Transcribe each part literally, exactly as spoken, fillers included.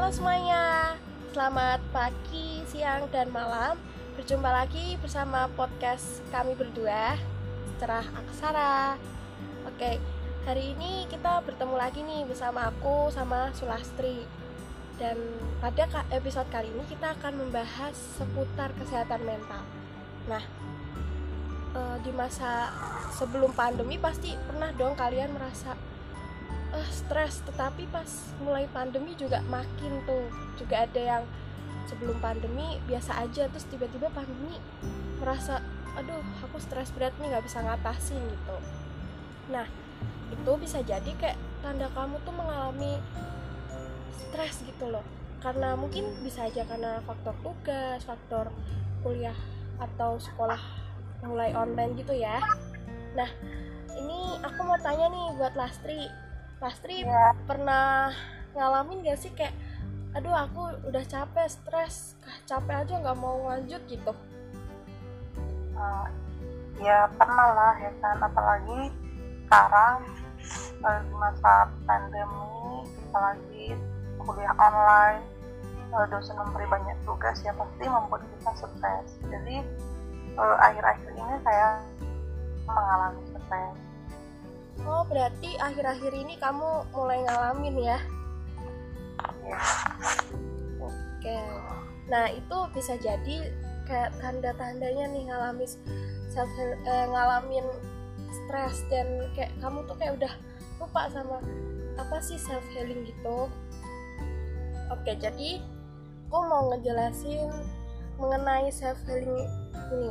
Halo semuanya, selamat pagi, siang, dan malam. Berjumpa lagi bersama podcast kami berdua, Cerah Aksara. Oke, hari ini kita bertemu lagi nih bersama aku sama Sulastri. Dan pada episode kali ini kita akan membahas seputar kesehatan mental. Nah, di masa sebelum pandemi pasti pernah dong kalian merasa Uh, stres, tetapi pas mulai pandemi juga makin tuh. Juga ada yang sebelum pandemi biasa aja, terus tiba-tiba pandemi merasa aduh aku stres berat nih, gak bisa ngatasin gitu. Nah itu bisa jadi kayak tanda kamu tuh mengalami stres gitu loh, karena mungkin bisa aja karena faktor tugas, faktor kuliah atau sekolah mulai online gitu ya. Nah ini aku mau tanya nih buat Lastri. Lastri ya, pernah ngalamin gak sih kayak aduh aku udah capek, stres, capek aja gak mau lanjut gitu? Uh, ya pernah lah ya kan, apalagi sekarang uh, di masa pandemi, apalagi kuliah online, uh, dosen memberi banyak tugas ya pasti membuat kita stres. Jadi uh, akhir-akhir ini saya mengalami stres. Oh, berarti akhir-akhir ini kamu mulai ngalamin ya? Iya. Oke. Nah, itu bisa jadi kayak tanda-tandanya nih ngalamin self eh, ngalamin stres, dan kayak kamu tuh kayak udah lupa sama apa sih self healing gitu. Oke, jadi aku mau ngejelasin mengenai self healing ini.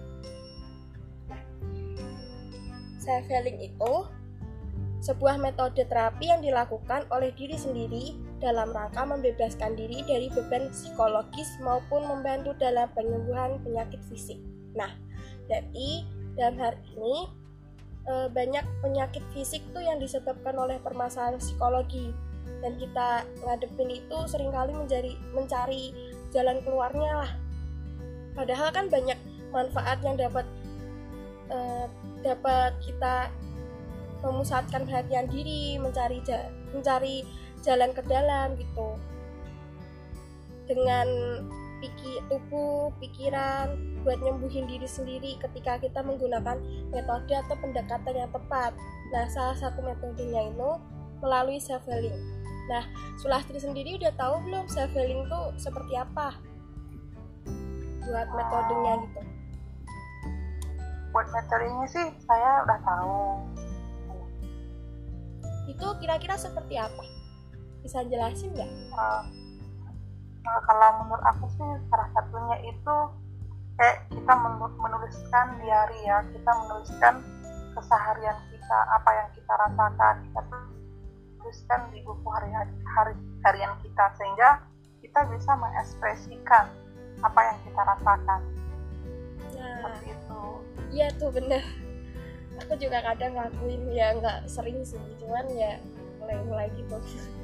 Self healing itu sebuah metode terapi yang dilakukan oleh diri sendiri dalam rangka membebaskan diri dari beban psikologis maupun membantu dalam penyembuhan penyakit fisik. Nah, jadi dalam hal ini banyak penyakit fisik tuh yang disebabkan oleh permasalahan psikologi, dan kita ngadepin itu seringkali mencari mencari jalan keluarnya lah. Padahal kan banyak manfaat yang dapat Uh, dapat kita memusatkan perhatian diri, mencari ja- mencari jalan ke dalam gitu. Dengan pikir tubuh, pikiran buat nyembuhin diri sendiri ketika kita menggunakan metode atau pendekatan yang tepat. Nah, salah satu metodenya itu melalui self healing. Nah, Sulastri sendiri udah tahu belum self healing itu seperti apa? Buat metodenya gitu. Buat metodenya sih saya udah tahu. Itu kira-kira seperti apa? Bisa jelasin nggak? Uh, uh, kalau menurut aku sih salah satunya itu kayak kita menuliskan diary ya, kita menuliskan keseharian kita, apa yang kita rasakan, kita tuliskan di buku hari hari harian kita, sehingga kita bisa mengekspresikan apa yang kita rasakan. Nah, seperti itu. Iya tuh bener. Aku juga kadang ngelakuin, ya nggak sering sih, cuman ya mulai-mulai gitu.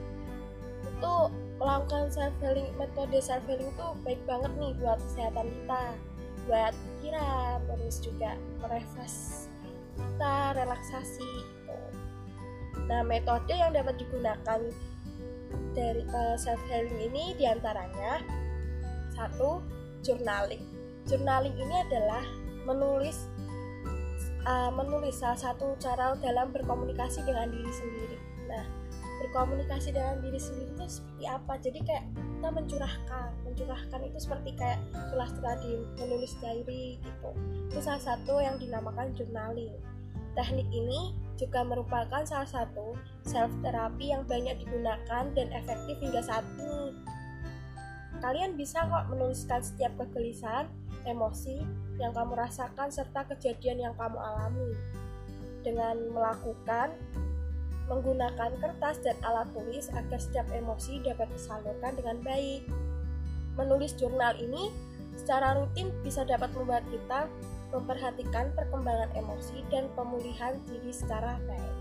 Itu melakukan self healing, metode self healing itu baik banget nih buat kesehatan kita, buat pikiran, terus juga merefresh kita, relaksasi gitu. Nah, metode yang dapat digunakan dari uh, self healing ini diantaranya satu, journaling. Journaling ini adalah menulis uh, menulis salah satu cara dalam berkomunikasi dengan diri sendiri. Nah, berkomunikasi dengan diri sendiri itu seperti apa? Jadi kayak kita mencurahkan, mencurahkan itu seperti kayak Sulastri tadi menulis diary gitu. Itu salah satu yang dinamakan journaling. Teknik ini juga merupakan salah satu self therapy yang banyak digunakan dan efektif hingga saat ini. Kalian bisa kok menuliskan setiap kegelisahan, emosi yang kamu rasakan serta kejadian yang kamu alami. Dengan melakukan menggunakan kertas dan alat tulis agar setiap emosi dapat disalurkan dengan baik. Menulis jurnal ini secara rutin bisa dapat membuat kita memperhatikan perkembangan emosi dan pemulihan diri secara baik.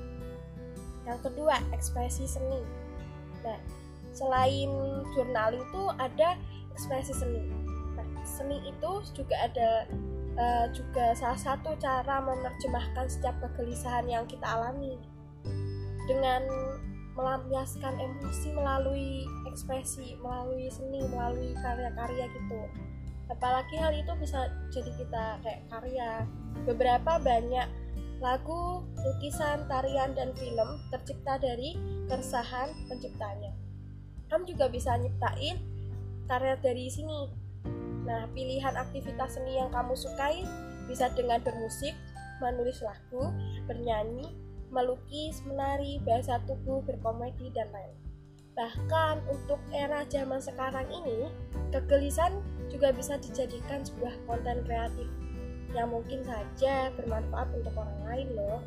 Yang kedua, ekspresi seni. Nah, selain journaling tuh ada ekspresi seni. Nah, seni itu juga ada uh, juga salah satu cara menerjemahkan setiap kegelisahan yang kita alami. Dengan melampiaskan emosi melalui ekspresi, melalui seni, melalui karya-karya gitu. Apalagi hal itu bisa jadi kita kayak karya. Beberapa banyak lagu, lukisan, tarian, dan film tercipta dari keresahan penciptanya. Kamu juga bisa nyiptain karya dari sini. Nah, pilihan aktivitas seni yang kamu sukai bisa dengan bermusik, menulis lagu, bernyanyi, melukis, menari, bahasa tubuh, berkomedi, dan lain. Bahkan untuk era zaman sekarang ini, kegelisahan juga bisa dijadikan sebuah konten kreatif yang mungkin saja bermanfaat untuk orang lain loh.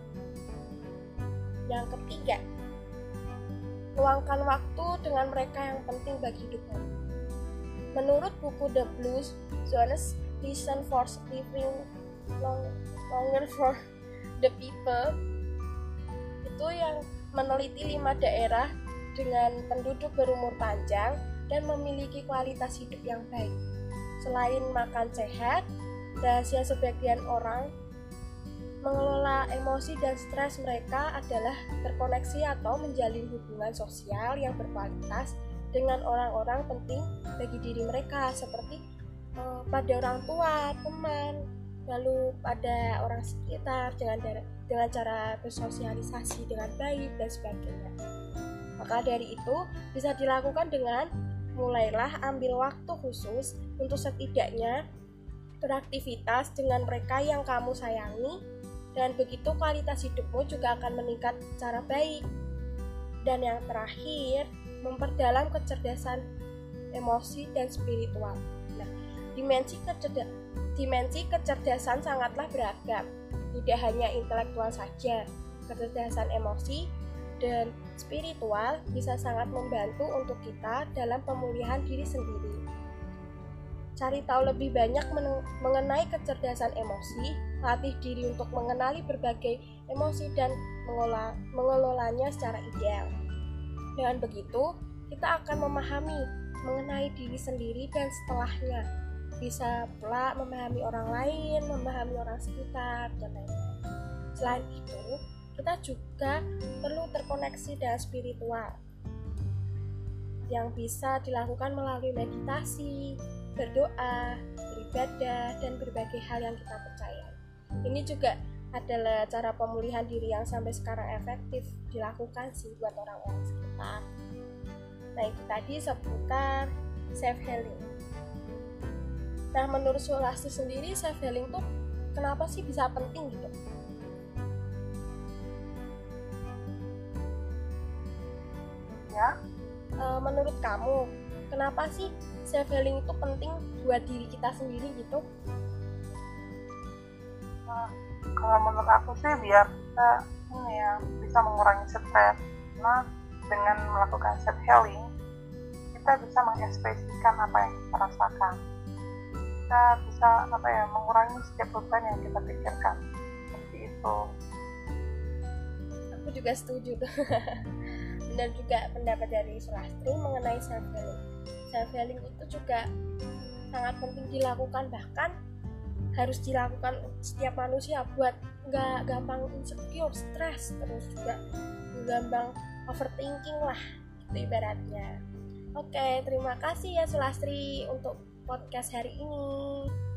Yang ketiga, luangkan waktu dengan mereka yang penting bagi hidupmu. Menurut buku The Blues Zones, Reason for Living Long, Longer for the People, itu yang meneliti lima daerah dengan penduduk berumur panjang dan memiliki kualitas hidup yang baik. Selain makan sehat, rahasia sebagian orang mengelola emosi dan stres mereka adalah terkoneksi atau menjalin hubungan sosial yang berkualitas dengan orang-orang penting bagi diri mereka, seperti eh, pada orang tua, teman, lalu pada orang sekitar dengan dengan cara bersosialisasi dengan baik dan sebagainya. Maka dari itu bisa dilakukan dengan mulailah ambil waktu khusus untuk setidaknya beraktivitas dengan mereka yang kamu sayangi, dan begitu kualitas hidupmu juga akan meningkat secara baik. Dan yang terakhir, memperdalam kecerdasan emosi dan spiritual. Nah, dimensi kecerdasan Dimensi kecerdasan sangatlah beragam, tidak hanya intelektual saja. Kecerdasan emosi dan spiritual bisa sangat membantu untuk kita dalam pemulihan diri sendiri. Cari tahu lebih banyak mengenai kecerdasan emosi, latih diri untuk mengenali berbagai emosi dan mengelola, mengelolanya secara ideal. Dengan begitu, kita akan memahami mengenai diri sendiri dan setelahnya. Bisa pula memahami orang lain, memahami orang sekitar, dan lain-lain. Selain itu, kita juga perlu terkoneksi dengan spiritual yang bisa dilakukan melalui meditasi, berdoa, beribadah, dan berbagai hal yang kita percaya. Ini juga adalah cara pemulihan diri yang sampai sekarang efektif dilakukan sih buat orang-orang sekitar. Nah, itu tadi seputar self-healing. Nah, menurut Sulastri sendiri, self-healing tuh kenapa sih bisa penting gitu? Ya, E, menurut kamu, kenapa sih self-healing itu penting buat diri kita sendiri gitu? nah, kalau menurut aku sih biar kita ini ya bisa mengurangi stres. Nah, dengan melakukan self healing, kita bisa mengekspresikan apa yang kita rasakan. Kita bisa apa ya mengurangi setiap beban yang kita pikirkan, seperti itu. Aku juga setuju tuh. Dan juga pendapat dari Sulastri mengenai self healing. Self healing itu juga sangat penting dilakukan, bahkan harus dilakukan setiap manusia buat nggak gampang insecure, stres, terus juga gampang overthinking lah, itu ibaratnya. Oke, terima kasih ya Sulastri untuk podcast hari ini.